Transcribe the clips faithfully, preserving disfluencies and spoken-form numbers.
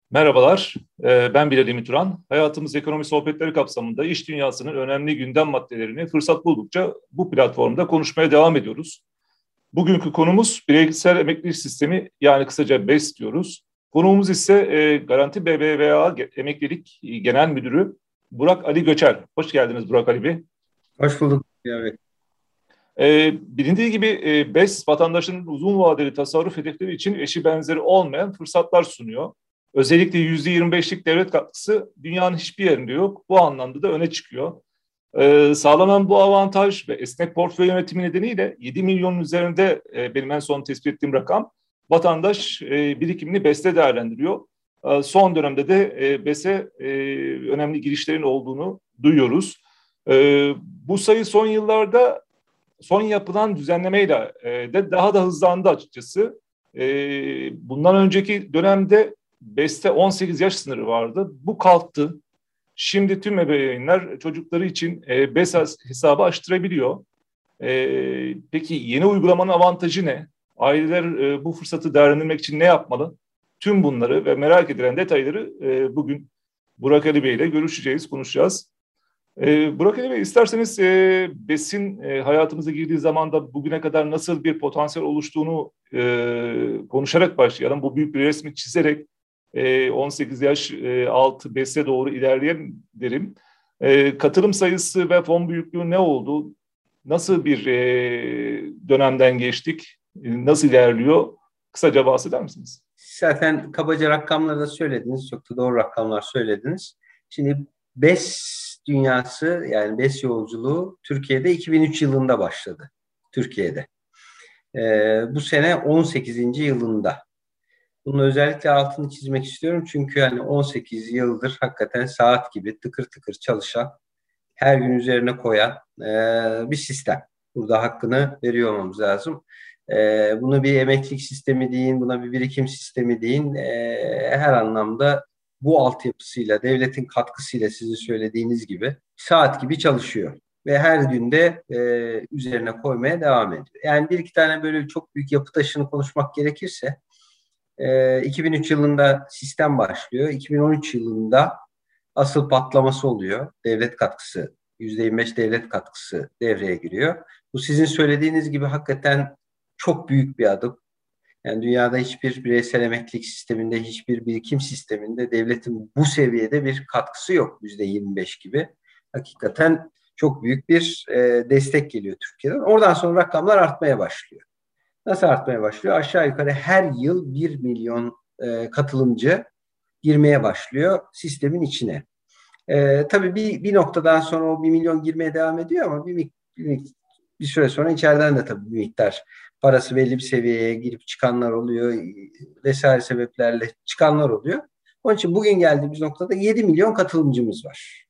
Merhabalar, e, ben Bilal Ümit Uran. Hayatımız Ekonomi Sohbetleri kapsamında iş dünyasının önemli gündem maddelerini fırsat buldukça bu platformda konuşmaya devam ediyoruz. Bugünkü konumuz bireysel emeklilik sistemi, yani kısaca BES diyoruz. Konuğumuz ise e, Garanti B B V A Emeklilik Genel Müdürü Burak Ali Göçer. Hoş geldiniz Burak Ali Bey. Hoş bulduk. Evet. E, bilindiği gibi e, BES vatandaşının uzun vadeli tasarruf hedefleri için eşi benzeri olmayan fırsatlar sunuyor. Özellikle yüzde yirmi beşlik devlet katkısı dünyanın hiçbir yerinde yok. Bu anlamda da öne çıkıyor. Ee, sağlanan bu avantaj ve esnek portföy yönetimi nedeniyle yedi milyonun üzerinde e, benim en son tespit ettiğim rakam vatandaş e, birikimini BES'te değerlendiriyor. E, son dönemde de e, BES'e e, önemli girişlerin olduğunu duyuyoruz. E, bu sayı son yıllarda son yapılan düzenlemeyle e, de daha da hızlandı açıkçası. E, bundan önceki dönemde BES'te on sekiz yaş sınırı vardı. Bu kalktı. Şimdi tüm ebeveynler çocukları için e, BES hesabı açtırabiliyor. E, peki yeni uygulamanın avantajı ne? Aileler e, bu fırsatı değerlendirmek için ne yapmalı? Tüm bunları ve merak edilen detayları e, bugün Burak Ali Bey ile görüşeceğiz, konuşacağız. E, Burak Ali Bey, isterseniz e, BES'in e, hayatımıza girdiği zaman da bugüne kadar nasıl bir potansiyel oluştuğunu e, konuşarak başlayalım. Bu büyük bir resmi çizerek on sekiz yaş altı BES'e doğru ilerleyen derim. Katılım sayısı ve fon büyüklüğü ne oldu? Nasıl bir dönemden geçtik? Nasıl ilerliyor? Kısaca bahseder misiniz? Zaten kabaca rakamları da söylediniz. Çok da doğru rakamlar söylediniz. Şimdi BES dünyası, yani BES yolculuğu Türkiye'de iki bin üç yılında başladı. Türkiye'de. Ee, bu sene on sekizinci yılında. Bunun özellikle altını çizmek istiyorum. Çünkü yani on sekiz yıldır hakikaten saat gibi tıkır tıkır çalışan, her gün üzerine koyan e, bir sistem. Burada hakkını veriyor olmamız lazım. E, bunu bir emeklilik sistemi deyin, buna bir birikim sistemi deyin. E, her anlamda bu altyapısıyla, devletin katkısıyla sizin söylediğiniz gibi saat gibi çalışıyor. Ve her günde e, üzerine koymaya devam ediyor. Yani bir iki tane böyle çok büyük yapı taşını konuşmak gerekirse, iki bin üç yılında sistem başlıyor. iki bin on üç yılında asıl patlaması oluyor. Devlet katkısı, yüzde yirmi beş devlet katkısı devreye giriyor. Bu sizin söylediğiniz gibi hakikaten çok büyük bir adım. Yani dünyada hiçbir bireysel emeklilik sisteminde, hiçbir birikim sisteminde devletin bu seviyede bir katkısı yok. yüzde yirmi beş gibi. Hakikaten çok büyük bir e, destek geliyor Türkiye'den. Oradan sonra rakamlar artmaya başlıyor. Nasıl artmaya başlıyor? Aşağı yukarı her yıl bir milyon e, katılımcı girmeye başlıyor sistemin içine. E, tabii bir, bir noktadan sonra o bir milyon girmeye devam ediyor ama bir, bir, bir süre sonra içeriden de tabii bir miktar parası belli bir seviyeye girip çıkanlar oluyor vesaire sebeplerle çıkanlar oluyor. Onun için bugün geldiğimiz noktada yedi milyon katılımcımız var.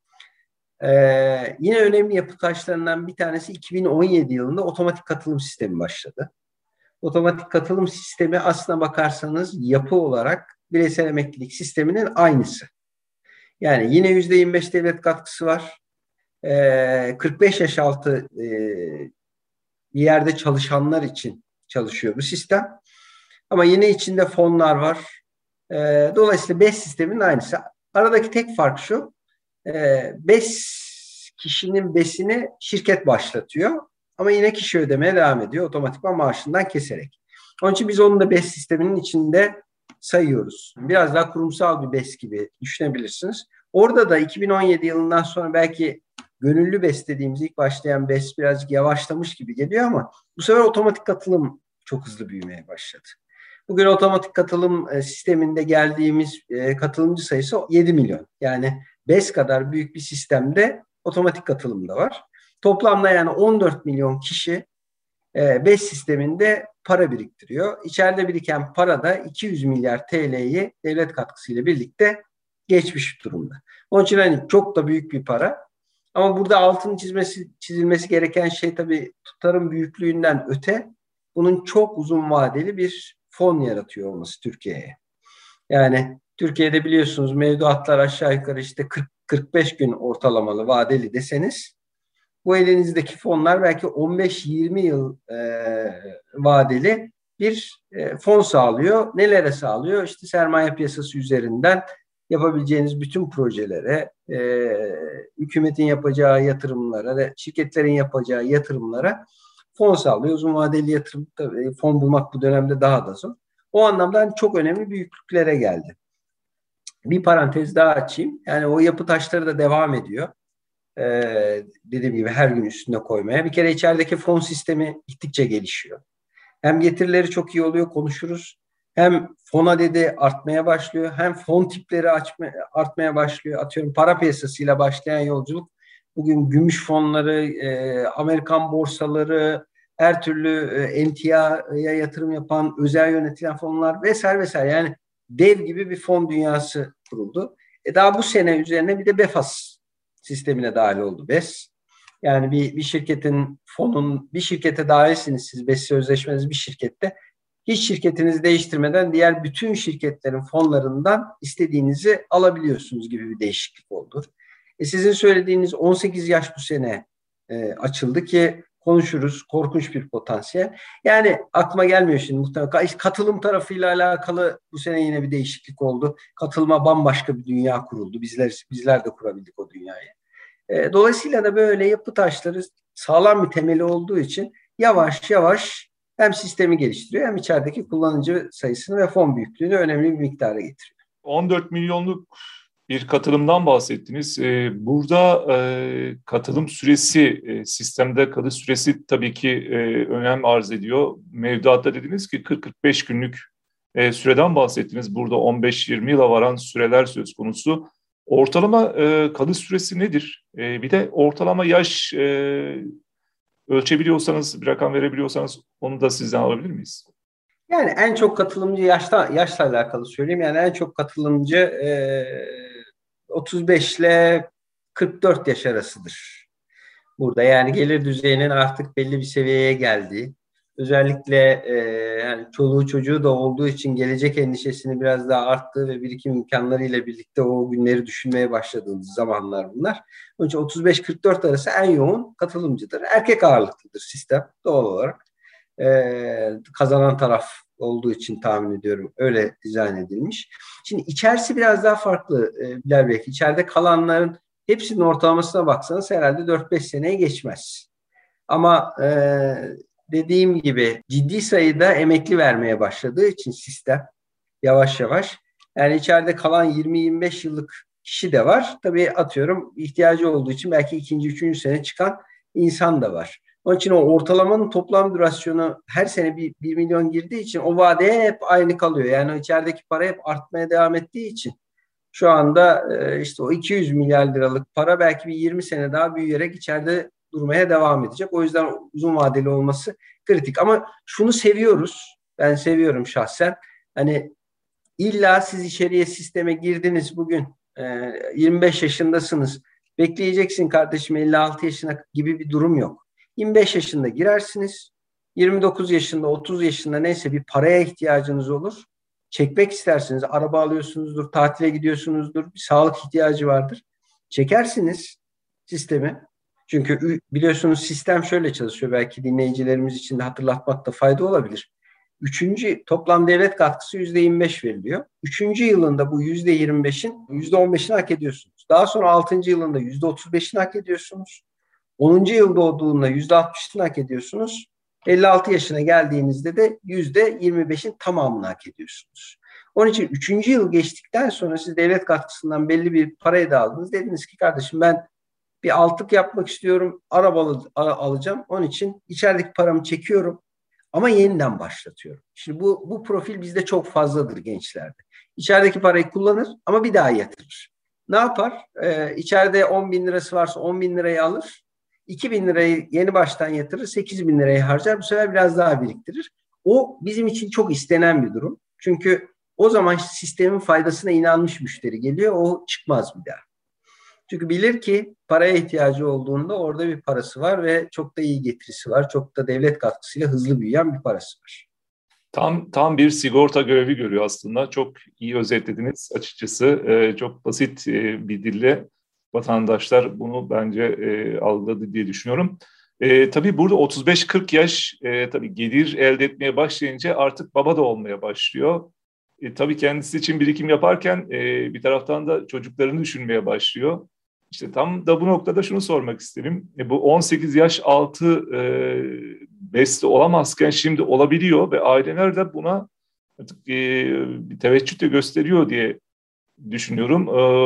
Ee, yine önemli yapı taşlarından bir tanesi iki bin on yedi yılında otomatik katılım sistemi başladı. Otomatik katılım sistemi aslına bakarsanız yapı olarak bireysel emeklilik sisteminin aynısı. Yani yine yüzde yirmi beş devlet katkısı var. Ee, kırk beş yaş altı e, bir yerde çalışanlar için çalışıyor bu sistem. Ama yine içinde fonlar var. Ee, dolayısıyla BES sisteminin aynısı. Aradaki tek fark şu. E, BES kişinin BES'ini şirket başlatıyor. Ama yine kişi ödemeye devam ediyor. Otomatikman maaşından keserek. Onun için biz onu da BES sisteminin içinde sayıyoruz. Biraz daha kurumsal bir BES gibi düşünebilirsiniz. Orada da iki bin on yedi yılından sonra belki gönüllü BES dediğimiz ilk başlayan BES birazcık yavaşlamış gibi geliyor ama bu sefer otomatik katılım çok hızlı büyümeye başladı. Bugün otomatik katılım sisteminde geldiğimiz katılımcı sayısı yedi milyon. Yani BES kadar büyük bir sistemde otomatik katılım da var. Toplamda yani on dört milyon kişi e, BES sisteminde para biriktiriyor. İçeride biriken para da iki yüz milyar T L'yi devlet katkısıyla birlikte geçmiş durumda. Onun için hani çok da büyük bir para. Ama burada altını çizmesi, çizilmesi gereken şey tabii tutarın büyüklüğünden öte bunun çok uzun vadeli bir fon yaratıyor olması Türkiye'ye. Yani Türkiye'de biliyorsunuz mevduatlar aşağı yukarı işte kırk kırk beş gün ortalamalı vadeli deseniz bu elinizdeki fonlar belki on beş yirmi yıl e, vadeli bir e, fon sağlıyor. Nelere sağlıyor? İşte sermaye piyasası üzerinden yapabileceğiniz bütün projelere, e, hükümetin yapacağı yatırımlara, şirketlerin yapacağı yatırımlara fon sağlıyor. Uzun vadeli yatırım tabii, fon bulmak bu dönemde daha da zor. O anlamda çok önemli büyüklüklere geldi. Bir parantez daha açayım. Yani o yapı taşları da devam ediyor. Ee, dediğim gibi her gün üstüne koymaya. Bir kere içerideki fon sistemi gittikçe gelişiyor. Hem getirileri çok iyi oluyor, konuşuruz. Hem fon adedi artmaya başlıyor. Hem fon tipleri açma, artmaya başlıyor. Atıyorum para piyasasıyla başlayan yolculuk bugün gümüş fonları, e, Amerikan borsaları, her türlü e, emtiaya yatırım yapan, özel yönetilen fonlar vesaire vesaire. Yani dev gibi bir fon dünyası kuruldu. E daha bu sene üzerine bir de BEFAS sistemine dahil oldu B E S. Yani bir, bir şirketin fonun, bir şirkete dahilsiniz siz, B E S sözleşmeniz bir şirkette. Hiç şirketinizi değiştirmeden diğer bütün şirketlerin fonlarından istediğinizi alabiliyorsunuz gibi bir değişiklik oldu. E sizin söylediğiniz on sekiz yaş bu sene e, açıldı ki konuşuruz. Korkunç bir potansiyel. Yani aklıma gelmiyor şimdi muhtemelen. Katılım tarafıyla alakalı bu sene yine bir değişiklik oldu. Katılıma bambaşka bir dünya kuruldu. Bizler bizler de kurabildik o dünyayı. E, dolayısıyla da böyle yapı taşları sağlam bir temeli olduğu için yavaş yavaş hem sistemi geliştiriyor hem içerideki kullanıcı sayısını ve fon büyüklüğünü önemli bir miktara getiriyor. on dört milyonluk bir katılımdan bahsettiniz. Ee, burada e, katılım süresi, e, sistemde kalış süresi tabii ki e, önem arz ediyor. Mevduatta dediniz ki kırk kırk beş günlük e, süreden bahsettiniz. Burada on beş yirmi yıla varan süreler söz konusu. Ortalama e, kalış süresi nedir? E, bir de ortalama yaş e, ölçebiliyorsanız, bir rakam verebiliyorsanız onu da sizden alabilir miyiz? Yani en çok katılımcı yaşta, yaşla alakalı söyleyeyim. Yani en çok katılımcı e, otuz beş ile kırk dört yaş arasıdır. Burada yani gelir düzeyinin artık belli bir seviyeye geldiği, özellikle e, yani çoluğu çocuğu da olduğu için gelecek endişesini biraz daha arttığı ve birikim imkanlarıyla birlikte o günleri düşünmeye başladığımız zamanlar bunlar. Onun için otuz beş kırk dört arası en yoğun katılımcıdır. Erkek ağırlıklıdır sistem doğal olarak. E, kazanan taraf olduğu için tahmin ediyorum öyle dizayn edilmiş. Şimdi içerisi biraz daha farklı e, Bilal Bey. İçeride kalanların hepsinin ortalamasına baksanız herhalde dört beş seneye geçmez. Ama e, dediğim gibi ciddi sayıda emekli vermeye başladığı için sistem yavaş yavaş. Yani içeride kalan yirmi yirmi beş yıllık kişi de var. Tabii atıyorum ihtiyacı olduğu için belki ikinci, üçüncü sene çıkan insan da var. Onun için o ortalamanın toplam durasyonu her sene bir, bir milyon girdiği için o vade hep aynı kalıyor. Yani o içerideki para hep artmaya devam ettiği için şu anda e, işte o iki yüz milyar liralık para belki bir yirmi sene daha büyüyerek içeride durmaya devam edecek. O yüzden uzun vadeli olması kritik. Ama şunu seviyoruz. Ben seviyorum şahsen. Hani illa siz içeriye sisteme girdiniz bugün e, yirmi beş yaşındasınız. Bekleyeceksin kardeşim elli altı yaşına gibi bir durum yok. yirmi beş yaşında girersiniz. yirmi dokuz yaşında, otuz yaşında neyse bir paraya ihtiyacınız olur. Çekmek istersiniz. Araba alıyorsunuzdur, tatile gidiyorsunuzdur, bir sağlık ihtiyacı vardır. Çekersiniz sistemi. Çünkü biliyorsunuz sistem şöyle çalışıyor. Belki dinleyicilerimiz için de hatırlatmakta fayda olabilir. Üçüncü toplam devlet katkısı yüzde yirmi beş veriliyor. Üçüncü yılında bu yüzde yirmi beşin yüzde on beşini hak ediyorsunuz. Daha sonra altıncı yılında yüzde otuz beşini hak ediyorsunuz. onuncu yıl doğduğunda yüzde altmışını hak ediyorsunuz. elli altı yaşına geldiğinizde de yüzde yirmi beşin tamamını hak ediyorsunuz. Onun için üçüncü yıl geçtikten sonra siz devlet katkısından belli bir parayı da aldınız. Dediniz ki kardeşim ben bir altlık yapmak istiyorum, araba al- alacağım. Onun için içerideki paramı çekiyorum ama yeniden başlatıyorum. Şimdi bu, bu profil bizde çok fazladır gençlerde. İçerideki parayı kullanır ama bir daha yatırır. Ne yapar? Ee, içeride on bin lirası varsa on bin lirayı alır. iki bin lirayı yeni baştan yatırır, sekiz bin lirayı harcar. Bu sefer biraz daha biriktirir. O bizim için çok istenen bir durum. Çünkü o zaman sistemin faydasına inanmış müşteri geliyor. O çıkmaz bir daha. Çünkü bilir ki paraya ihtiyacı olduğunda orada bir parası var ve çok da iyi getirisi var. Çok da devlet katkısıyla hızlı büyüyen bir parası var. Tam tam bir sigorta görevi görüyor aslında. Çok iyi özetlediniz açıkçası. Ee, çok basit e, bir dille vatandaşlar bunu bence e, algıladı diye düşünüyorum. E, tabii burada otuz beş kırk yaş e, tabii gelir elde etmeye başlayınca artık baba da olmaya başlıyor. E, tabii kendisi için birikim yaparken e, bir taraftan da çocuklarını düşünmeye başlıyor. İşte tam da bu noktada şunu sormak isterim. E, bu on sekiz yaş altı e, beste olamazken şimdi olabiliyor ve aileler de buna artık e, bir teveccüh de gösteriyor diye düşünüyorum.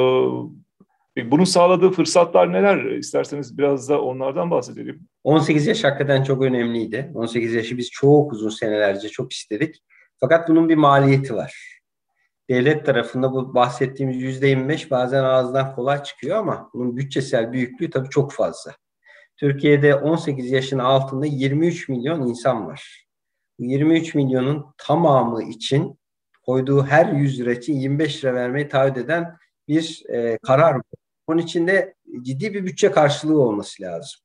E, bunun sağladığı fırsatlar neler? İsterseniz biraz da onlardan bahsedelim. on sekiz yaş hakikaten çok önemliydi. on sekiz yaşı biz çok uzun senelerce çok istedik. Fakat bunun bir maliyeti var. Devlet tarafında bu bahsettiğimiz yüzde yirmi beş bazen ağızdan kolay çıkıyor ama bunun bütçesel büyüklüğü tabii çok fazla. Türkiye'de on sekiz yaşın altında yirmi üç milyon insan var. Bu yirmi üç milyonun tamamı için koyduğu her yüz lira için yirmi beş lira vermeyi taahhüt eden bir e, karar var. Onun için de ciddi bir bütçe karşılığı olması lazım.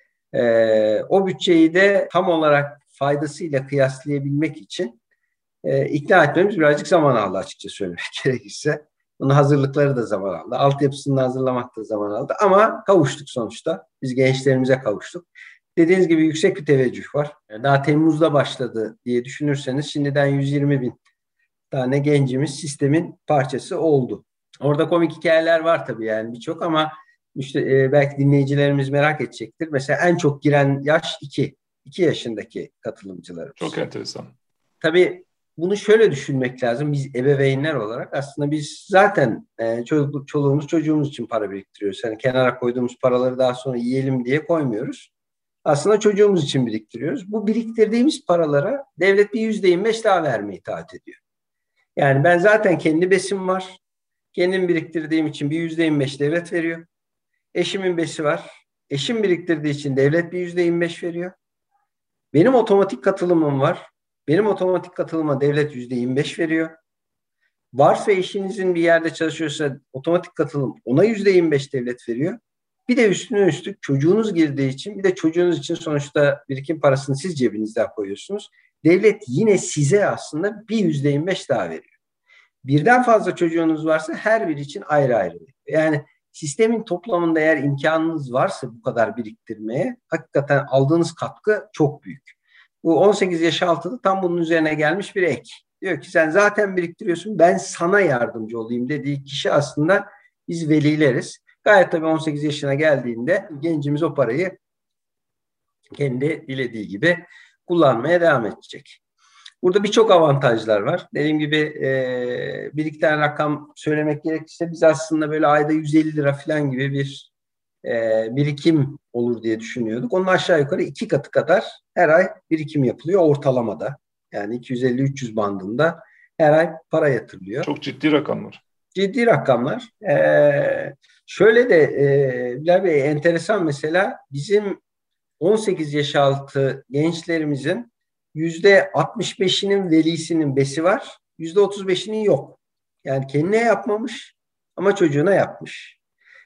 E, o bütçeyi de tam olarak faydasıyla kıyaslayabilmek için e, ikna etmemiz birazcık zaman aldı açıkça söylemek gerekirse. Bunun hazırlıkları da zaman aldı. Altyapısını hazırlamak da zaman aldı. Ama kavuştuk sonuçta. Biz gençlerimize kavuştuk. Dediğiniz gibi yüksek bir teveccüh var. Daha Temmuz'da başladı diye düşünürseniz şimdiden yüz yirmi bin tane gencimiz sistemin parçası oldu. Orada komik hikayeler var tabii yani birçok ama işte e, belki dinleyicilerimiz merak edecektir. Mesela en çok giren yaş iki. iki yaşındaki katılımcılarımız. Çok enteresan. Tabii bunu şöyle düşünmek lazım. Biz ebeveynler olarak aslında biz zaten e, çocuk, çoluğumuz çocuğumuz için para biriktiriyoruz. Yani kenara koyduğumuz paraları daha sonra yiyelim diye koymuyoruz. Aslında çocuğumuz için biriktiriyoruz. Bu biriktirdiğimiz paralara devlet bir yüzde yirmi beş daha vermeyi taahhüt ediyor. Yani ben zaten kendi besim var. Kendim biriktirdiğim için bir yüzde yirmi beş devlet veriyor. Eşimin besi var. Eşim biriktirdiği için devlet bir yüzde yirmi beş veriyor. Benim otomatik katılımım var. Benim otomatik katılıma devlet yüzde yirmi beş veriyor. Varsa eşinizin bir yerde çalışıyorsa otomatik katılım ona yüzde yirmi beş devlet veriyor. Bir de üstüne üstlük çocuğunuz girdiği için bir de çocuğunuz için sonuçta birikim parasını siz cebinizden koyuyorsunuz. Devlet yine size aslında bir yüzde yirmi beş daha veriyor. Birden fazla çocuğunuz varsa her biri için ayrı ayrı. Yani sistemin toplamında eğer imkanınız varsa bu kadar biriktirmeye hakikaten aldığınız katkı çok büyük. Bu on sekiz yaş altıda tam bunun üzerine gelmiş bir ek. Diyor ki sen zaten biriktiriyorsun ben sana yardımcı olayım dediği kişi aslında biz velileriz. Gayet tabii on sekiz yaşına geldiğinde gencimiz o parayı kendi dilediği gibi kullanmaya devam edecek. Burada birçok avantajlar var. Dediğim gibi e, bir iki tane rakam söylemek gerekirse biz aslında böyle ayda yüz elli lira falan gibi bir e, birikim olur diye düşünüyorduk. Onun aşağı yukarı iki katı kadar her ay birikim yapılıyor ortalamada. Yani iki yüz elli üç yüz bandında her ay para yatırılıyor. Çok ciddi rakamlar. Ciddi rakamlar. Ee, şöyle de e, Bilal Bey enteresan mesela bizim on sekiz yaş altı gençlerimizin yüzde altmış beşinin velisinin besi var. yüzde otuz beşinin yok. Yani kendine yapmamış ama çocuğuna yapmış.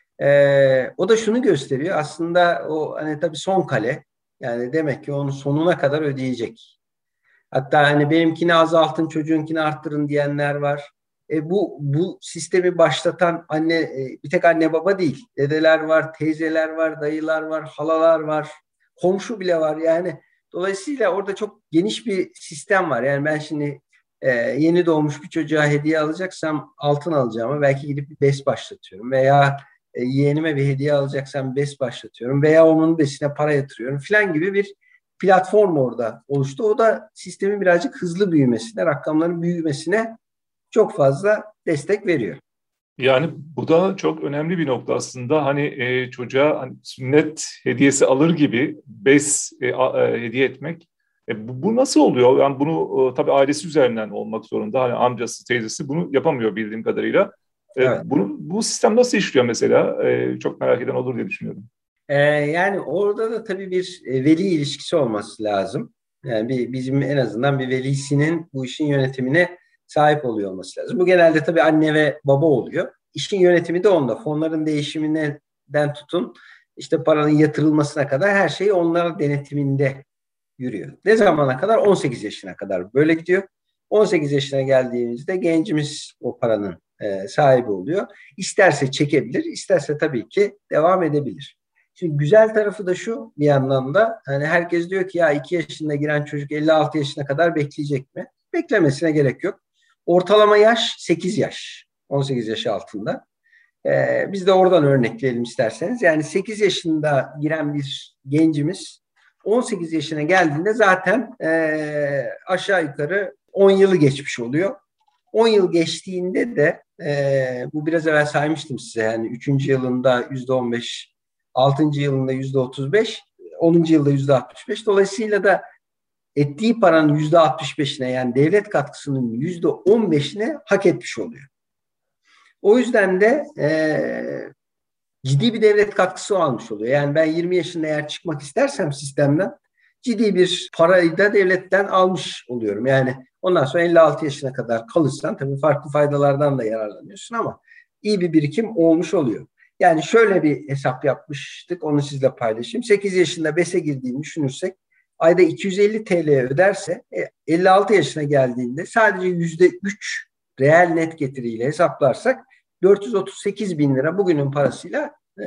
Ee, o da şunu gösteriyor. Aslında o hani tabii son kale. Yani demek ki onu sonuna kadar ödeyecek. Hatta hani benimkini azaltın, çocuğunkini arttırın diyenler var. E bu bu sistemi başlatan anne e, bir tek anne baba değil. Dedeler var, teyzeler var, dayılar var, halalar var, komşu bile var. Yani dolayısıyla orada çok geniş bir sistem var. Yani ben şimdi e, yeni doğmuş bir çocuğa hediye alacaksam altın alacağıma belki gidip bir bez başlatıyorum veya e, yeğenime bir hediye alacaksam bez başlatıyorum veya onun besine para yatırıyorum falan gibi bir platform orada oluştu. O da sistemin birazcık hızlı büyümesine, rakamların büyümesine çok fazla destek veriyor. Yani bu da çok önemli bir nokta aslında. Hani e, çocuğa hani sünnet hediyesi alır gibi bez e, a, e, hediye etmek. E, bu, bu nasıl oluyor? Yani bunu e, tabii ailesi üzerinden olmak zorunda. Hani amcası, teyzesi bunu yapamıyor bildiğim kadarıyla. E, Evet. bunu, bu sistem nasıl işliyor mesela? E, çok merak eden olur diye düşünüyorum. Ee, yani orada da tabii bir e, veli ilişkisi olması lazım. Yani bir, bizim en azından bir velisinin bu işin yönetimine sahip oluyor olması lazım. Bu genelde tabii anne ve baba oluyor. İşin yönetimi de onda. Fonların değişiminden tutun, işte paranın yatırılmasına kadar her şey onların denetiminde yürüyor. Ne zamana kadar? on sekiz yaşına kadar böyle gidiyor. on sekiz yaşına geldiğimizde gencimiz o paranın e, sahibi oluyor. İsterse çekebilir, isterse tabii ki devam edebilir. Şimdi güzel tarafı da şu bir yandan da hani herkes diyor ki ya iki yaşında giren çocuk elli altı yaşına kadar bekleyecek mi? Beklemesine gerek yok. Ortalama yaş sekiz yaş. on sekiz yaş altında. Ee, biz de oradan örnekleyelim isterseniz. Yani sekiz yaşında giren bir gencimiz on sekiz yaşına geldiğinde zaten e, aşağı yukarı on yılı geçmiş oluyor. on yıl geçtiğinde de e, bu biraz evvel saymıştım size. Yani üçüncü yılında yüzde on beş, altıncı yılında yüzde otuz beş, onuncu yılda yüzde altmış beş. Dolayısıyla da ettiği paranın yüzde altmış beşine yani devlet katkısının yüzde on beşine hak etmiş oluyor. O yüzden de e, ciddi bir devlet katkısı almış oluyor. Yani ben yirmi yaşında eğer çıkmak istersem sistemden ciddi bir parayı da devletten almış oluyorum. Yani ondan sonra elli altı yaşına kadar kalırsan tabii farklı faydalardan da yararlanıyorsun ama iyi bir birikim olmuş oluyor. Yani şöyle bir hesap yapmıştık, onu sizle paylaşayım. sekiz yaşında BES'e girdiğini düşünürsek ayda iki yüz elli T L öderse elli altı yaşına geldiğinde sadece yüzde üç reel net getiriyle hesaplarsak dört yüz otuz sekiz bin lira bugünün parasıyla e,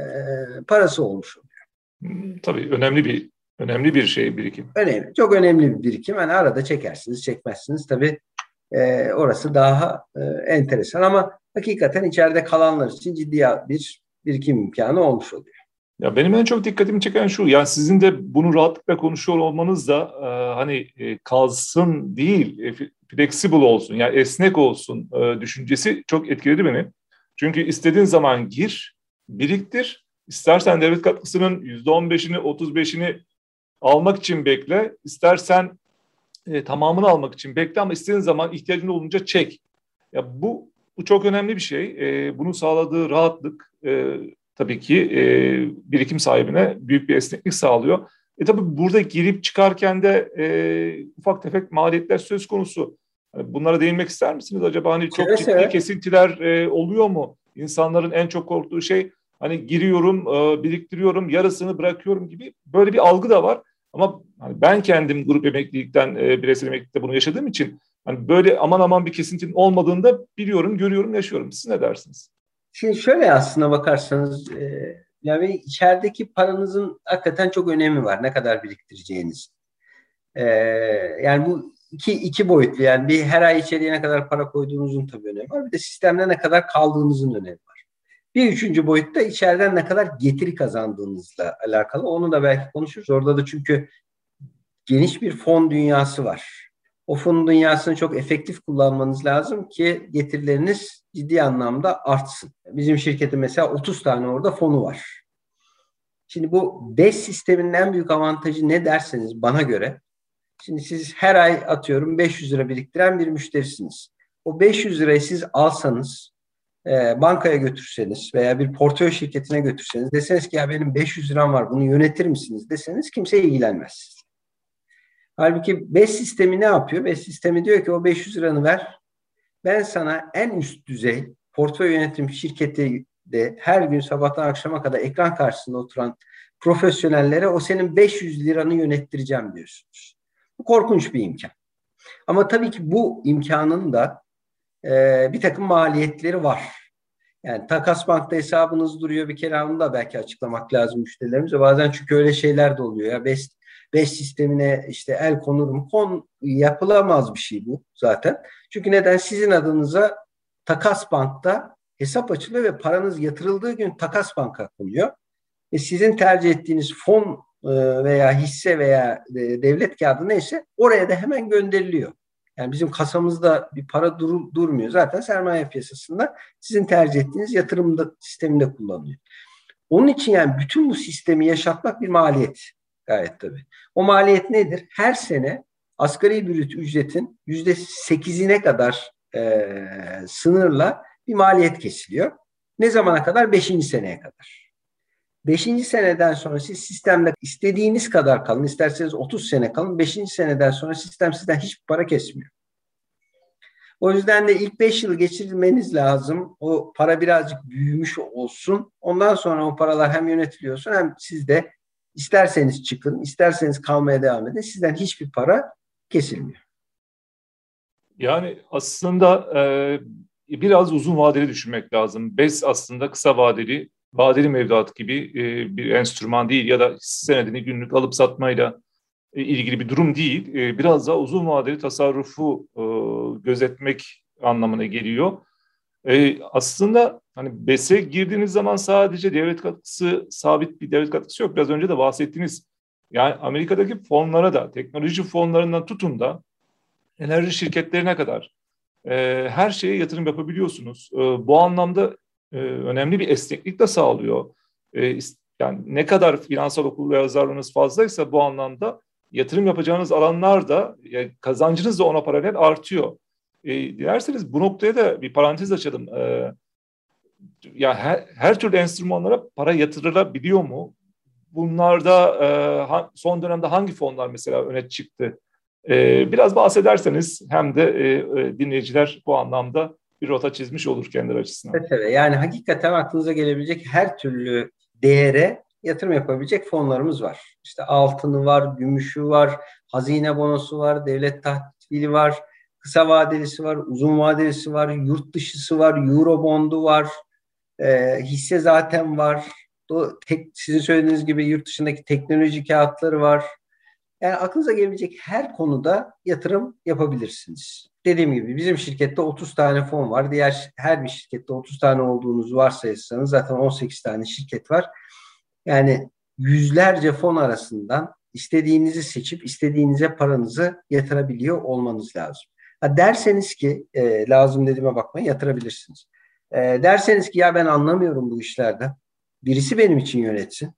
parası olmuş oluyor. Tabii önemli bir önemli bir şey birikim. Önemli, çok önemli bir birikim. Yani arada çekersiniz, çekmezsiniz. Tabii e, orası daha e, enteresan ama hakikaten içeride kalanlar için ciddi bir birikim imkanı olmuş oluyor. Ya benim en çok dikkatimi çeken şu, yani sizin de bunu rahatlıkla konuşuyor olmanız da e, hani e, kalsın değil, e, flexible olsun, yani esnek olsun e, düşüncesi çok etkiledi beni. Çünkü istediğin zaman gir, biriktir, istersen devlet katkısının yüzde on beşini, otuz beşini almak için bekle, istersen e, tamamını almak için bekle ama istediğin zaman ihtiyacın olunca çek. Ya bu bu çok önemli bir şey. E, bunun sağladığı rahatlık e, tabii ki e, birikim sahibine büyük bir esneklik sağlıyor. E tabii burada girip çıkarken de e, ufak tefek maliyetler söz konusu. Hani bunlara değinmek ister misiniz acaba? Hani çok Seve ciddi seve. kesintiler e, oluyor mu? İnsanların en çok korktuğu şey hani giriyorum, e, biriktiriyorum, yarısını bırakıyorum gibi böyle bir algı da var. Ama hani ben kendim grup emeklilikten, e, bireysel emeklilikte bunu yaşadığım için hani böyle aman aman bir kesintinin olmadığını da biliyorum, görüyorum, yaşıyorum. Siz ne dersiniz? Şimdi şöyle aslına bakarsanız e, yani içerideki paranızın hakikaten çok önemi var. Ne kadar biriktireceğiniz. E, yani bu iki, iki boyutlu. Yani bir her ay içeriye ne kadar para koyduğunuzun tabii önemi var. Bir de sistemde ne kadar kaldığınızın önemi var. Bir üçüncü boyutta içeriden ne kadar getiri kazandığınızla alakalı. Onu da belki konuşuruz. Orada da çünkü geniş bir fon dünyası var. O fon dünyasını çok efektif kullanmanız lazım ki getirileriniz ciddi anlamda artsın. Bizim şirketin mesela otuz tane orada fonu var. Şimdi bu BES sisteminin en büyük avantajı ne derseniz bana göre, şimdi siz her ay atıyorum beş yüz lira biriktiren bir müşterisiniz. O beş yüz lirayı siz alsanız, e, bankaya götürseniz veya bir portföy şirketine götürseniz, deseniz ki ya benim beş yüz liram var bunu yönetir misiniz deseniz kimse ilgilenmez. Halbuki BES sistemi ne yapıyor? BES sistemi diyor ki o beş yüz liranı ver. Ben sana en üst düzey portföy yönetim şirketi de her gün sabahtan akşama kadar ekran karşısında oturan profesyonellere o senin beş yüz liranı yönettireceğim diyorsunuz. Bu korkunç bir imkan. Ama tabii ki bu imkanın da e, bir takım maliyetleri var. Yani takas bankta hesabınız duruyor, bir kere onu da belki açıklamak lazım müşterilerimize. Bazen çünkü öyle şeyler de oluyor. Ya BES, BES sistemine işte el konur mu? Kon, yapılamaz bir şey bu zaten. Çünkü neden? Sizin adınıza takas bankta hesap açılıyor ve paranız yatırıldığı gün takas banka konuyor. E sizin tercih ettiğiniz fon veya hisse veya devlet kağıdı neyse oraya da hemen gönderiliyor. Yani bizim kasamızda bir para dur, durmuyor. Zaten sermaye piyasasında sizin tercih ettiğiniz yatırım sisteminde kullanılıyor. Onun için yani bütün bu sistemi yaşatmak bir maliyet gayet tabii. O maliyet nedir? Her sene asgari brüt ücretin yüzde sekizine kadar e, sınırla bir maliyet kesiliyor. Ne zamana kadar? Beşinci seneye kadar. Beşinci seneden sonra siz sistemde istediğiniz kadar kalın, isterseniz otuz sene kalın. Beşinci seneden sonra sistem sizden hiçbir para kesmiyor. O yüzden de ilk beş yıl geçirmeniz lazım. O para birazcık büyümüş olsun. Ondan sonra o paralar hem yönetiliyorsun hem siz de isterseniz çıkın, isterseniz kalmaya devam edin. Sizden hiçbir para kesilmiyor. Yani aslında e, biraz uzun vadeli düşünmek lazım. BES aslında kısa vadeli vadeli mevduat gibi e, bir enstrüman değil ya da hisse senedini günlük alıp satmayla e, ilgili bir durum değil. E, biraz daha uzun vadeli tasarrufu e, gözetmek anlamına geliyor. E, aslında hani B E S'e girdiğiniz zaman sadece devlet katkısı, sabit bir devlet katkısı yok. Biraz önce de bahsettiniz. Yani Amerika'daki fonlara da, teknoloji fonlarından tutun da enerji şirketlerine kadar e, her şeye yatırım yapabiliyorsunuz. E, bu anlamda e, önemli bir esneklik de sağlıyor. E, yani ne kadar finansal okuryazarlığınız fazlaysa bu anlamda yatırım yapacağınız alanlar da yani kazancınız da ona paralel artıyor. E, dilerseniz bu noktaya da bir parantez açalım. E, ya her, her türlü enstrümanlara para yatırılabiliyor mu? Bunlarda e, son dönemde hangi fonlar mesela öne çıktı? E, biraz bahsederseniz hem de e, e, dinleyiciler bu anlamda bir rota çizmiş olur kendileri açısından. Evet, evet. Yani hakikaten aklınıza gelebilecek her türlü değere yatırım yapabilecek fonlarımız var. İşte altını var, gümüşü var, hazine bonosu var, devlet tahvili var, kısa vadelisi var, uzun vadelisi var, yurt dışısı var, Eurobondu var, e, hisse zaten var. O, tek, sizin söylediğiniz gibi yurt dışındaki teknoloji kağıtları var. Yani aklınıza gelebilecek her konuda yatırım yapabilirsiniz. Dediğim gibi bizim şirkette otuz tane fon var. Diğer her bir şirkette otuz tane olduğunuzu varsayarsanız zaten on sekiz tane şirket var. Yani yüzlerce fon arasından istediğinizi seçip istediğinize paranızı yatırabiliyor olmanız lazım. Ha derseniz ki e, lazım dediğime bakmayın, yatırabilirsiniz. E, derseniz ki ya ben anlamıyorum bu işlerden. Birisi benim için yönetsin.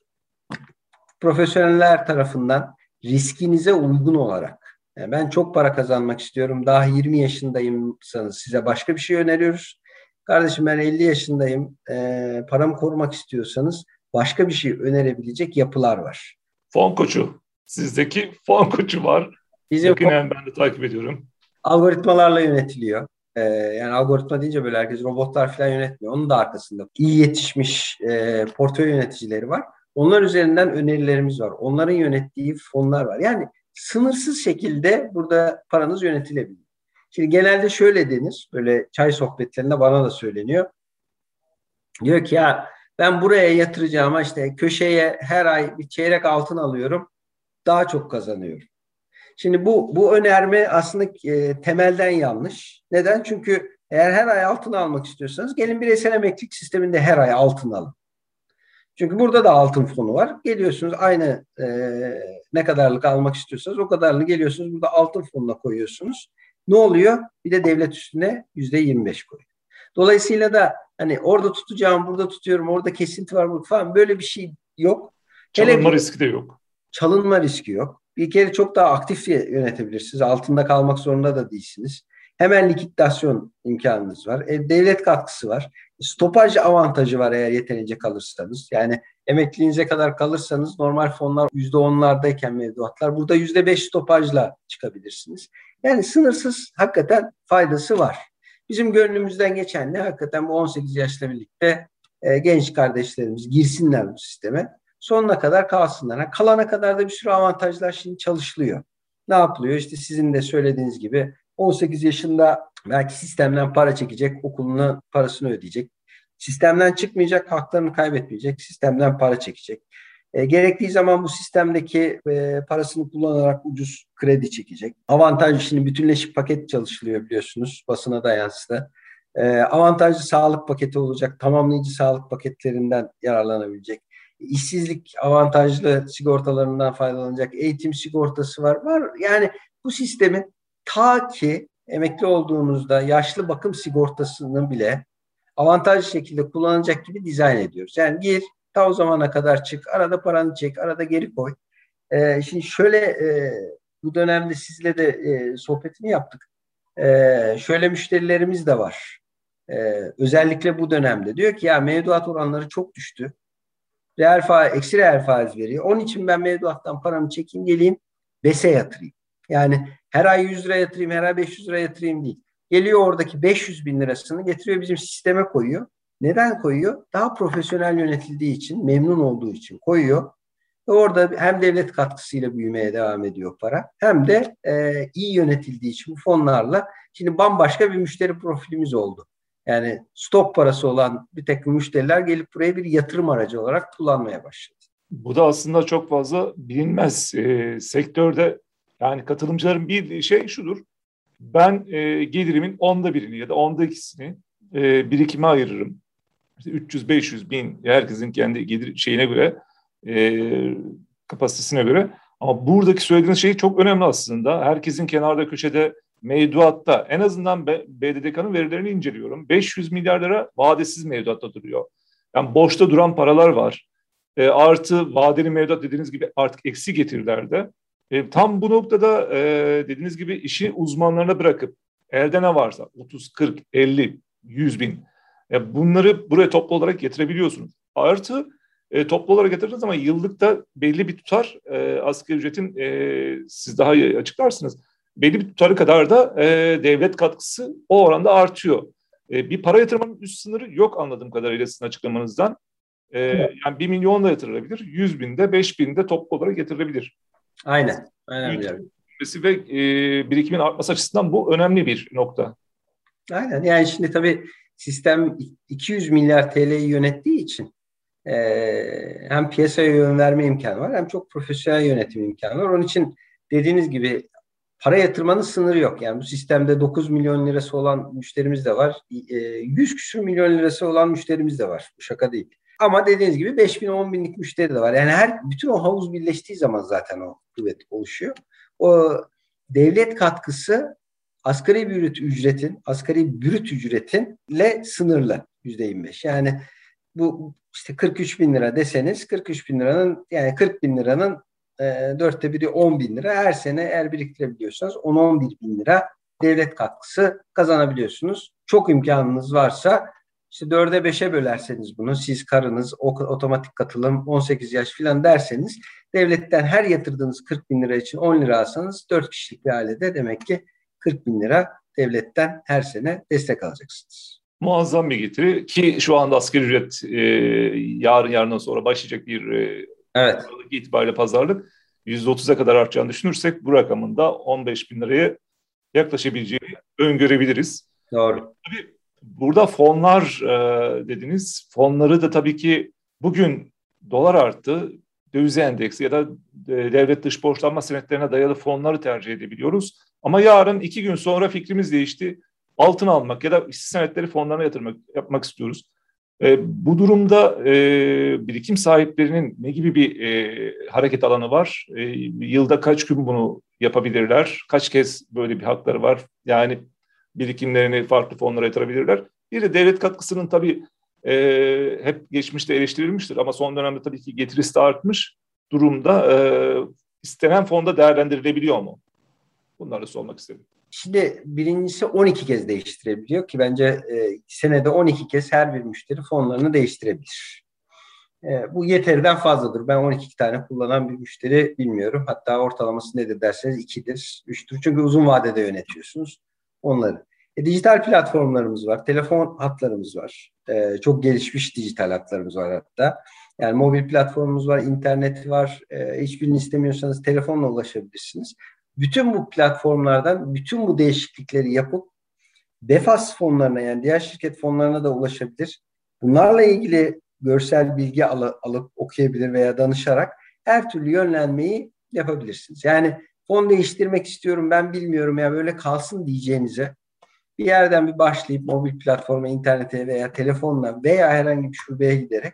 Profesyoneller tarafından riskinize uygun olarak. Yani ben çok para kazanmak istiyorum. Daha yirmi yaşındayımsanız size başka bir şey öneriyoruz. Kardeşim ben elli yaşındayım. E, paramı korumak istiyorsanız başka bir şey önerebilecek yapılar var. Fon koçu. Sizdeki fon koçu var. Bizim yakinen ben de takip ediyorum. Algoritmalarla yönetiliyor. Ee, yani algoritma deyince böyle herkes robotlar falan yönetmiyor. Onun da arkasında iyi yetişmiş e, portföy yöneticileri var. Onlar üzerinden önerilerimiz var. Onların yönettiği fonlar var. Yani sınırsız şekilde burada paranız yönetilebilir. Şimdi genelde şöyle denir. Böyle çay sohbetlerinde bana da söyleniyor. Diyor ki ya ben buraya yatıracağıma işte köşeye her ay bir çeyrek altın alıyorum. Daha çok kazanıyorum. Şimdi bu bu önerme aslında e, temelden yanlış. Neden? Çünkü eğer her ay altın almak istiyorsanız gelin bireysel emeklilik sisteminde her ay altın alın. Çünkü burada da altın fonu var. Geliyorsunuz aynı e, ne kadarlık almak istiyorsanız o kadarını geliyorsunuz. Burada altın fonuna koyuyorsunuz. Ne oluyor? Bir de devlet üstüne yüzde yirmi beş koyuyor. Dolayısıyla da hani orada tutacağım, burada tutuyorum, orada kesinti var falan böyle bir şey yok. Çalınma Hele, riski de yok. Çalınma riski yok. Bir kere çok daha aktif yönetebilirsiniz. Altında kalmak zorunda da değilsiniz. Hemen likidasyon imkanınız var. E, devlet katkısı var. Stopaj avantajı var eğer yeterince kalırsanız. Yani emekliliğinize kadar kalırsanız normal fonlar yüzde onlardayken mevduatlar burada yüzde beş stopajla çıkabilirsiniz. Yani sınırsız hakikaten faydası var. Bizim gönlümüzden geçen ne? Hakikaten bu on sekiz yaşla birlikte e, genç kardeşlerimiz girsinler bu sisteme. Sonuna kadar kalsınlar. Kalana kadar da bir sürü avantajlar şimdi çalışılıyor. Ne yapılıyor? İşte sizin de söylediğiniz gibi on sekiz yaşında belki sistemden para çekecek, okuluna parasını ödeyecek. Sistemden çıkmayacak, haklarını kaybetmeyecek, sistemden para çekecek. E, gerektiği zaman bu sistemdeki e, parasını kullanarak ucuz kredi çekecek. Avantajlı şimdi bütünleşik paket çalışılıyor biliyorsunuz. Basına da yansıdı. E, avantajlı sağlık paketi olacak. Tamamlayıcı sağlık paketlerinden yararlanabilecek. İşsizlik avantajlı sigortalarından faydalanacak. Eğitim sigortası var. Var. Yani bu sistemin ta ki emekli olduğunuzda yaşlı bakım sigortasını bile avantajlı şekilde kullanacak gibi dizayn ediyoruz. Yani gir, ta o zamana kadar çık, arada paranı çek, arada geri koy. Ee, şimdi şöyle e, bu dönemde sizle de e, sohbetini yaptık. E, şöyle müşterilerimiz de var. E, özellikle bu dönemde diyor ki ya mevduat oranları çok düştü. Reel faiz, eksi reel faiz veriyor. Onun için ben mevduattan paramı çekeyim geleyim B E S'e yatırayım. Yani her ay yüz lira yatırayım, her ay beş yüz lira yatırayım değil. Geliyor oradaki beş yüz bin lirasını getiriyor bizim sisteme koyuyor. Neden koyuyor? Daha profesyonel yönetildiği için, memnun olduğu için koyuyor. Ve orada hem devlet katkısıyla büyümeye devam ediyor para hem de e, iyi yönetildiği için bu fonlarla şimdi bambaşka bir müşteri profilimiz oldu. Yani stok parası olan bir takım müşteriler gelip buraya bir yatırım aracı olarak kullanmaya başladı. Bu da aslında çok fazla bilinmez e, sektörde. Yani katılımcıların bildiği şey şudur. Ben e, gelirimin onda birini ya da onda ikisini e, birikime ayırırım. İşte üç yüz beş yüz bin, herkesin kendi gelir şeyine göre, e, kapasitesine göre. Ama buradaki söylediğiniz şey çok önemli aslında. Herkesin kenarda köşede mevduatta, en azından B D D K'nın verilerini inceliyorum. beş yüz milyar lira vadesiz mevduatta duruyor. Yani boşta duran paralar var. E, artı vadeli mevduat dediğiniz gibi artık eksi getirilerde. E, tam bu noktada e, dediğiniz gibi işi uzmanlarına bırakıp elde ne varsa otuz, kırk, elli, yüz bin e, bunları buraya toplu olarak getirebiliyorsunuz. Artı e, toplu olarak getirdiğiniz zaman yıllıkta belli bir tutar e, asgari ücretin e, siz daha iyi açıklarsınız. Belli bir tutarı kadar da e, devlet katkısı o oranda artıyor. E, bir para yatırmanın üst sınırı yok anladığım kadarıyla sizin açıklamanızdan. E, yani bir milyonla yatırılabilir, yüz binde, beş binde toplu olarak getirilebilir. Aynen. Aynen öyle. Ve e, birikimin artması açısından bu önemli bir nokta. Aynen. Yani şimdi tabii sistem iki yüz milyar T L'yi yönettiği için e, hem piyasaya yön verme imkanı var hem çok profesyonel yönetim imkanı var. Onun için dediğiniz gibi para yatırmanın sınırı yok. Yani bu sistemde dokuz milyon lirası olan müşterimiz de var. E, yüz küsur milyon lirası olan müşterimiz de var. Bu şaka değil. Ama dediğiniz gibi beş bin on binlik müşteri de var. Yani her bütün o havuz birleştiği zaman zaten o kuvvet oluşuyor. O devlet katkısı asgari brüt ücretin, asgari brüt ücretinle sınırlı yüzde yirmi beş. Yani bu işte kırk üç bin lira deseniz kırk üç bin liranın yani kırk bin liranın e, dörtte biri on bin lira. Her sene eğer biriktirebiliyorsanız on on bir bin lira devlet katkısı kazanabiliyorsunuz. Çok imkanınız varsa işte dörde beşe bölerseniz bunu siz karınız otomatik katılım on sekiz yaş falan derseniz devletten her yatırdığınız kırk bin lira için on lira alsanız dört kişilik bir ailede demek ki kırk bin lira devletten her sene destek alacaksınız. Muazzam bir getiri ki şu anda asgari ücret e, yarın yarından sonra başlayacak bir e, evet. itibariyle pazarlık yüzde otuza kadar artacağını düşünürsek bu rakamın da on beş bin liraya yaklaşabileceğini öngörebiliriz. Doğru. Tabii burada fonlar e, dediniz. Fonları da tabii ki bugün dolar arttı, döviz endeksi ya da e, devlet dış borçlanma senetlerine dayalı fonları tercih edebiliyoruz. Ama yarın iki gün sonra fikrimiz değişti. Altın almak ya da hisse senetleri fonlarına yatırmak yapmak istiyoruz. E, bu durumda e, birikim sahiplerinin ne gibi bir e, hareket alanı var? E, yılda kaç gün bunu yapabilirler? Kaç kez böyle bir hakları var? Yani birikimlerini farklı fonlara yatırabilirler. Bir de devlet katkısının tabii e, hep geçmişte eleştirilmiştir ama son dönemde tabii ki getirisi de artmış durumda. E, istenen fonda değerlendirilebiliyor mu? Bunları sormak istedim. Şimdi birincisi on iki kez değiştirebiliyor ki bence e, senede on iki kez her bir müşteri fonlarını değiştirebilir. E, bu yeteriden fazladır. Ben on iki tane kullanan bir müşteri bilmiyorum. Hatta ortalaması nedir derseniz ikidir, üçtür. Çünkü uzun vadede yönetiyorsunuz onları. E, dijital platformlarımız var, telefon hatlarımız var. E, çok gelişmiş dijital hatlarımız var hatta. Yani mobil platformumuz var, internet var. E, hiçbirini istemiyorsanız telefonla ulaşabilirsiniz. Bütün bu platformlardan bütün bu değişiklikleri yapıp Defas fonlarına yani diğer şirket fonlarına da ulaşabilir. Bunlarla ilgili görsel bilgi al- alıp okuyabilir veya danışarak her türlü yönlenmeyi yapabilirsiniz. Yani fon değiştirmek istiyorum ben bilmiyorum ya böyle kalsın diyeceğinize bir yerden bir başlayıp mobil platforma, internete veya telefonla veya herhangi bir şubeye giderek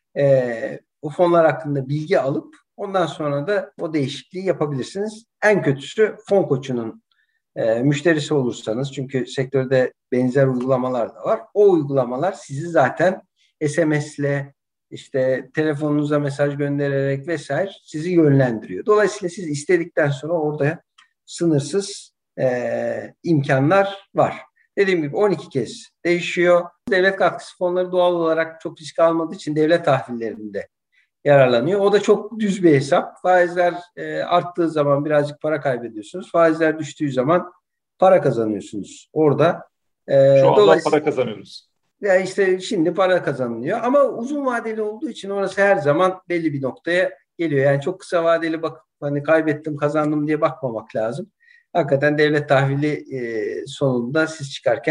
e, o fonlar hakkında bilgi alıp ondan sonra da o değişikliği yapabilirsiniz. En kötüsü fon koçunun e, müşterisi olursanız çünkü sektörde benzer uygulamalar da var. O uygulamalar sizi zaten S M S'le işte telefonunuza mesaj göndererek vesaire sizi yönlendiriyor. Dolayısıyla siz istedikten sonra orada sınırsız e, imkanlar var. Dediğim gibi on iki kez değişiyor. Devlet katkısı fonları doğal olarak çok risk almadığı için devlet tahvillerinde yararlanıyor. O da çok düz bir hesap. Faizler e, arttığı zaman birazcık para kaybediyorsunuz. Faizler düştüğü zaman para kazanıyorsunuz orada. E, Şu anda dolayısıyla para kazanıyoruz. Ya işte şimdi para kazanılıyor ama uzun vadeli olduğu için orası her zaman belli bir noktaya geliyor. Yani çok kısa vadeli bakıp hani kaybettim kazandım diye bakmamak lazım. Hakikaten devlet tahvili e, sonunda siz çıkarken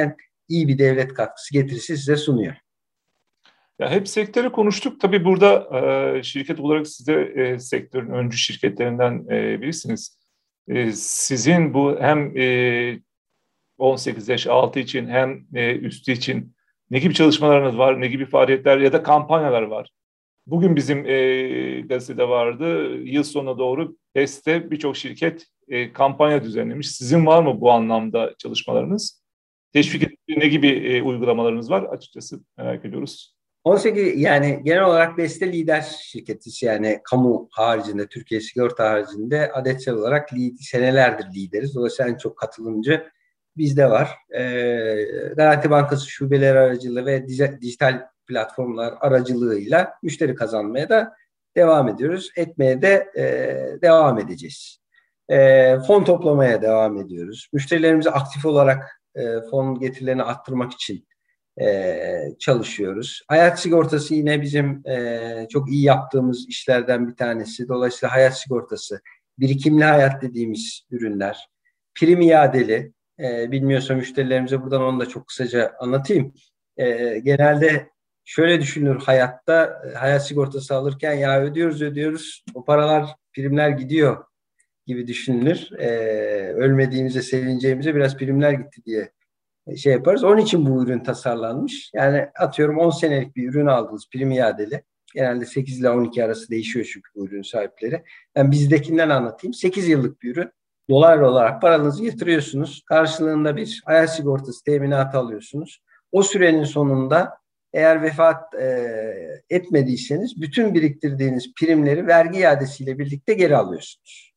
iyi bir devlet katkısı getirisi size sunuyor. Ya hep sektörü konuştuk. Tabii burada e, şirket olarak siz de e, sektörün öncü şirketlerinden e, birisiniz. E, sizin bu hem e, on sekiz yaş altı için hem e, üstü için ne gibi çalışmalarınız var, ne gibi faaliyetler ya da kampanyalar var? Bugün bizim e, gazetede vardı. Yıl sonuna doğru BES'te birçok şirket e, kampanya düzenlemiş. Sizin var mı bu anlamda çalışmalarınız? Teşvik edici ne gibi e, uygulamalarınız var? Açıkçası merak ediyoruz. on sekiz yani genel olarak BES'te lider şirketiz. Yani kamu haricinde, Türkiye Sigorta haricinde adetsel olarak lider, senelerdir lideriz. Dolayısıyla en çok katılımcı bizde var. E, Garanti Bankası şubeleri aracılığıyla ve dijital platformlar aracılığıyla müşteri kazanmaya da devam ediyoruz. Etmeye de e, devam edeceğiz. E, fon toplamaya devam ediyoruz. Müşterilerimizi aktif olarak e, fon getirilerini arttırmak için e, çalışıyoruz. Hayat sigortası yine bizim e, çok iyi yaptığımız işlerden bir tanesi. Dolayısıyla hayat sigortası, birikimli hayat dediğimiz ürünler, prim iadeli, e, bilmiyorsa müşterilerimize buradan onu da çok kısaca anlatayım. E, genelde şöyle düşünülür hayatta, hayat sigortası alırken ya ödüyoruz ödüyoruz, o paralar, primler gidiyor gibi düşünülür. E, ölmediğimize sevineceğimize biraz primler gitti diye şey yaparız. Onun için bu ürün tasarlanmış. Yani atıyorum on senelik bir ürün aldınız prim iadeli. Genelde sekiz ile on iki arası değişiyor çünkü bu ürün sahipleri. Ben bizdekinden anlatayım. sekiz yıllık bir ürün. Dolar olarak paranızı yatırıyorsunuz. Karşılığında bir hayat sigortası teminatı alıyorsunuz. O sürenin sonunda eğer vefat e, etmediyseniz bütün biriktirdiğiniz primleri vergi iadesiyle birlikte geri alıyorsunuz.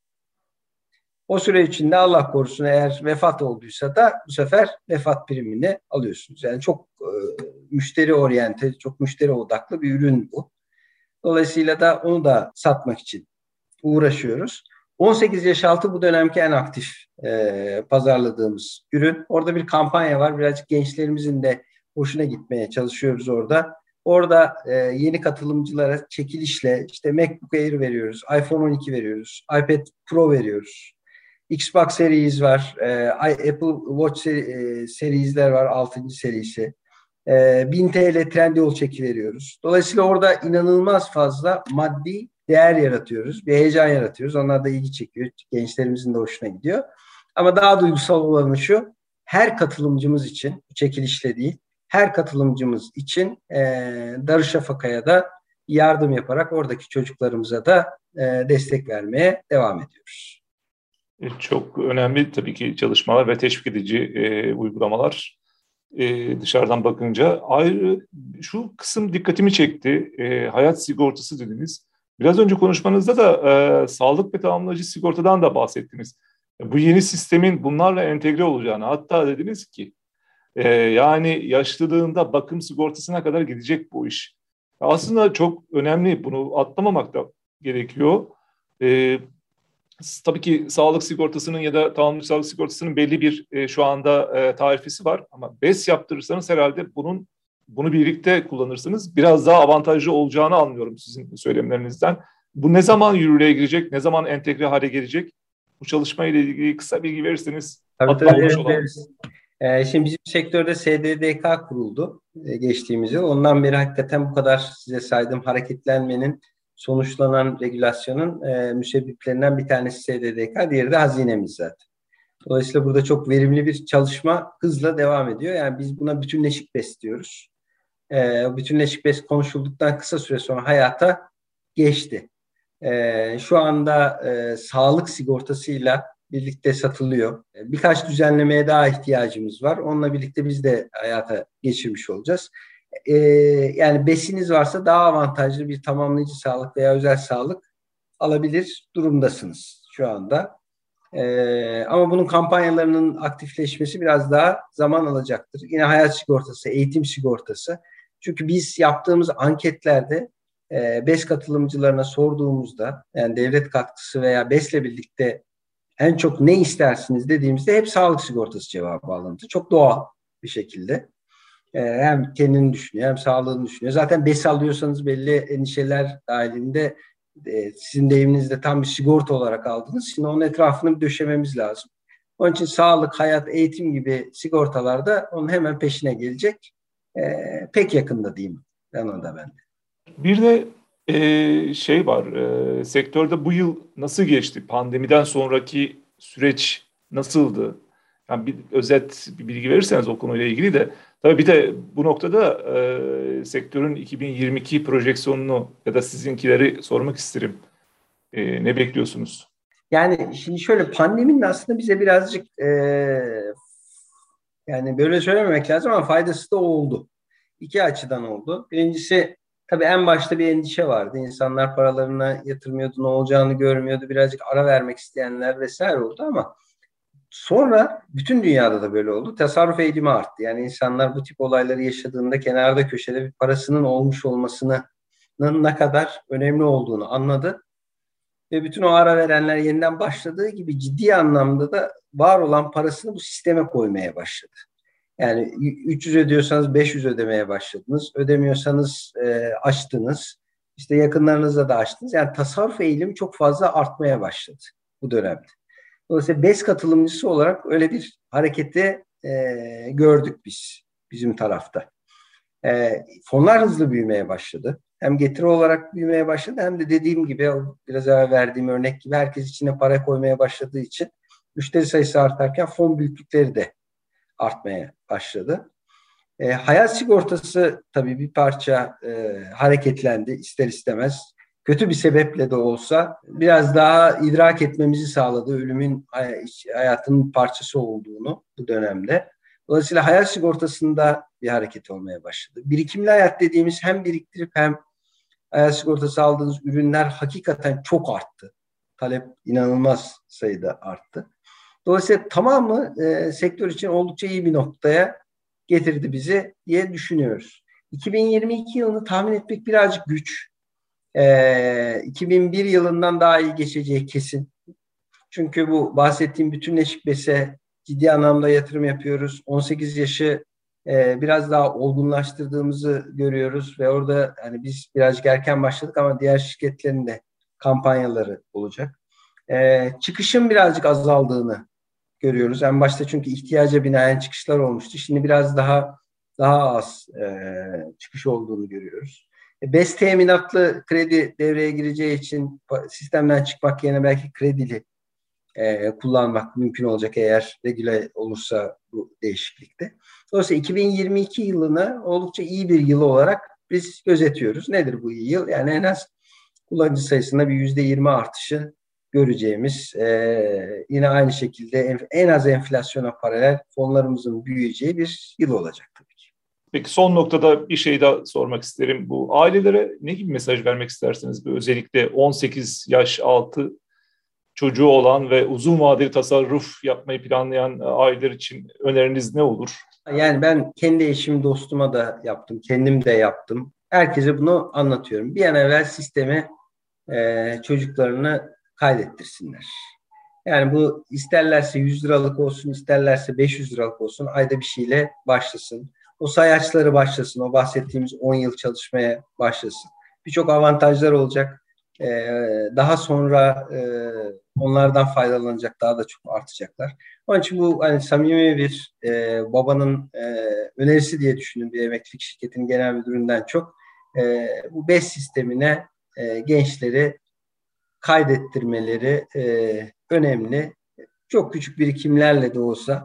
O süre içinde Allah korusun eğer vefat olduysa da bu sefer vefat primini alıyorsunuz. Yani çok e, müşteri oryante, çok müşteri odaklı bir ürün bu. Dolayısıyla da onu da satmak için uğraşıyoruz. on sekiz yaş altı bu dönemki en aktif e, pazarladığımız ürün. Orada bir kampanya var. Birazcık gençlerimizin de hoşuna gitmeye çalışıyoruz orada. Orada e, yeni katılımcılara çekilişle işte MacBook Air veriyoruz, iPhone on iki veriyoruz, iPad Pro veriyoruz. Xbox Series var, e, Apple Watch seri, e, Series'ler var, altıncı serisi. E, bin T L Trendyol çeki veriyoruz. Dolayısıyla orada inanılmaz fazla maddi değer yaratıyoruz, bir heyecan yaratıyoruz. Onlar da ilgi çekiyor, gençlerimizin de hoşuna gidiyor. Ama daha duygusal olanı şu, her katılımcımız için, çekilişle değil, her katılımcımız için e, Darüşşafaka'ya da yardım yaparak oradaki çocuklarımıza da e, destek vermeye devam ediyoruz. Çok önemli tabii ki çalışmalar ve teşvik edici e, uygulamalar e, dışarıdan bakınca. Ayrı şu kısım dikkatimi çekti. E, hayat sigortası dediniz. Biraz önce konuşmanızda da e, sağlık ve tamamlayıcı sigortadan da bahsettiniz. Bu yeni sistemin bunlarla entegre olacağını, hatta dediniz ki e, yani yaşlılığında bakım sigortasına kadar gidecek bu iş. Aslında çok önemli, bunu atlamamak da gerekiyor. E, Tabii ki sağlık sigortasının ya da tamamlayıcı sağlık sigortasının belli bir e, şu anda e, tarifesi var. Ama BES yaptırırsanız herhalde bunun bunu birlikte kullanırsınız. Biraz daha avantajlı olacağını anlıyorum sizin söylemlerinizden. Bu ne zaman yürürlüğe girecek, ne zaman entegre hale gelecek? Bu çalışmayla ilgili kısa bilgi verirseniz. Tabii tabii evet, veririz. Ee, şimdi bizim sektörde S D D K kuruldu e, geçtiğimiz yıl. Ondan beri hakikaten bu kadar size saydığım hareketlenmenin sonuçlanan regülasyonun e, müsebbiplerinden bir tanesi S D D K, diğeri de hazinemiz zaten. Dolayısıyla burada çok verimli bir çalışma hızla devam ediyor. Yani biz buna bütünleşik BES diyoruz. E, bütünleşik BES konuşulduktan kısa süre sonra hayata geçti. E, şu anda e, sağlık sigortasıyla birlikte satılıyor. E, birkaç düzenlemeye daha ihtiyacımız var. Onunla birlikte biz de hayata geçirmiş olacağız. Ee, yani besiniz varsa daha avantajlı bir tamamlayıcı sağlık veya özel sağlık alabilir durumdasınız şu anda. Ee, ama bunun kampanyalarının aktifleşmesi biraz daha zaman alacaktır. Yine hayat sigortası, eğitim sigortası. Çünkü biz yaptığımız anketlerde e, BES katılımcılarına sorduğumuzda, yani devlet katkısı veya BES'le birlikte en çok ne istersiniz dediğimizde hep sağlık sigortası cevabı alındı. Çok doğal bir şekilde. Hem kendini düşünüyor hem sağlığını düşünüyor. Zaten BES alıyorsanız belli endişeler dahilinde e, sizin deyiminizde tam bir sigorta olarak aldınız. Şimdi onun etrafını bir döşememiz lazım. Onun için sağlık, hayat, eğitim gibi sigortalarda onun hemen peşine gelecek. E, pek yakında diyeyim ben o da ben. Bir de e, şey var, e, sektörde bu yıl nasıl geçti? Pandemiden sonraki süreç nasıldı? Yani bir özet bir bilgi verirseniz o konuyla ilgili de. Tabii bir de bu noktada e, sektörün iki bin yirmi iki projeksiyonunu ya da sizinkileri sormak isterim. E, ne bekliyorsunuz? Yani şimdi şöyle, pandeminin aslında bize birazcık e, yani böyle söylememek lazım ama faydası da oldu. İki açıdan oldu. Birincisi, tabii en başta bir endişe vardı. İnsanlar paralarına yatırmıyordu, ne olacağını görmüyordu. Birazcık ara vermek isteyenler vesaire oldu ama sonra bütün dünyada da böyle oldu. Tasarruf eğilimi arttı. Yani insanlar bu tip olayları yaşadığında kenarda köşede bir parasının olmuş olmasının ne kadar önemli olduğunu anladı. Ve bütün o ara verenler yeniden başladığı gibi ciddi anlamda da var olan parasını bu sisteme koymaya başladı. Yani üç yüz ödüyorsanız beş yüz ödemeye başladınız. Ödemiyorsanız e, açtınız. İşte yakınlarınızla da açtınız. Yani tasarruf eğilimi çok fazla artmaya başladı bu dönemde. Dolayısıyla BES katılımcısı olarak öyle bir hareketi e, gördük biz, bizim tarafta. E, fonlar hızlı büyümeye başladı. Hem getiri olarak büyümeye başladı hem de dediğim gibi, biraz evvel verdiğim örnek gibi, herkes içine para koymaya başladığı için müşteri sayısı artarken fon büyüklükleri de artmaya başladı. E, hayat sigortası tabii bir parça e, hareketlendi ister istemez. Kötü bir sebeple de olsa biraz daha idrak etmemizi sağladı ölümün hayatının parçası olduğunu bu dönemde. Dolayısıyla hayat sigortasında bir hareket olmaya başladı. Birikimli hayat dediğimiz, hem biriktirip hem hayat sigortası aldığınız ürünler hakikaten çok arttı. Talep inanılmaz sayıda arttı. Dolayısıyla tamamı e, sektör için oldukça iyi bir noktaya getirdi bizi diye düşünüyoruz. iki bin yirmi iki yılını tahmin etmek birazcık güç. E, iki bin bir yılından daha iyi geçeceği kesin. Çünkü bu bahsettiğim bütünleşik BES'e ciddi anlamda yatırım yapıyoruz. on sekiz yaşı e, biraz daha olgunlaştırdığımızı görüyoruz ve orada hani biz birazcık erken başladık ama diğer şirketlerin de kampanyaları olacak. E, çıkışın birazcık azaldığını görüyoruz. En başta çünkü ihtiyaca binaen çıkışlar olmuştu. Şimdi biraz daha daha az e, çıkış olduğunu görüyoruz. E, BES teminatlı kredi devreye gireceği için sistemden çıkmak yerine belki kredili e, kullanmak mümkün olacak eğer regüle olursa bu değişiklikte. Dolayısıyla iki bin yirmi iki yılını oldukça iyi bir yıl olarak biz gözetiyoruz. Nedir bu iyi yıl? Yani en az kullanıcı sayısında bir yüzde yirmi artışı göreceğimiz, e, yine aynı şekilde en az enflasyona paralel fonlarımızın büyüyeceği bir yıl olacak tabii ki. Peki son noktada bir şey daha sormak isterim. Bu ailelere ne gibi mesaj vermek istersiniz? Özellikle on sekiz yaş altı çocuğu olan ve uzun vadeli tasarruf yapmayı planlayan aileler için öneriniz ne olur? Yani ben kendi eşim, dostuma da yaptım, kendim de yaptım. Herkese bunu anlatıyorum. Bir an evvel sisteme e, çocuklarını kaydettirsinler. Yani bu isterlerse yüz liralık olsun, isterlerse beş yüz liralık olsun, ayda bir şeyle başlasın. O sayaçları başlasın, o bahsettiğimiz on yıl çalışmaya başlasın. Birçok avantajlar olacak. Ee, daha sonra e, onlardan faydalanacak, daha da çok artacaklar. Onun için bu hani samimi bir e, babanın e, önerisi diye düşünün, bir emeklilik şirketinin genel müdüründen çok. E, bu BES sistemine e, gençleri kaydettirmeleri e, önemli. Çok küçük birikimlerle de olsa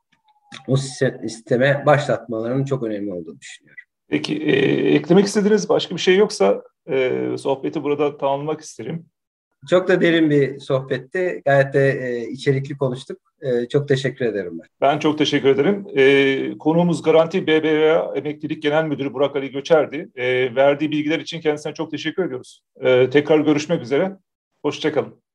o sisteme başlatmalarının çok önemli olduğunu düşünüyorum. Peki e, eklemek istediğiniz başka bir şey yoksa e, sohbeti burada tamamlamak isterim. Çok da derin bir sohbetti. Gayet de e, içerikli konuştuk. E, çok teşekkür ederim ben. Ben çok teşekkür ederim. E, konuğumuz Garanti B B V A Emeklilik Genel Müdürü Burak Ali Göçer'di. E, verdiği bilgiler için kendisine çok teşekkür ediyoruz. E, tekrar görüşmek üzere. Hoşça kalın.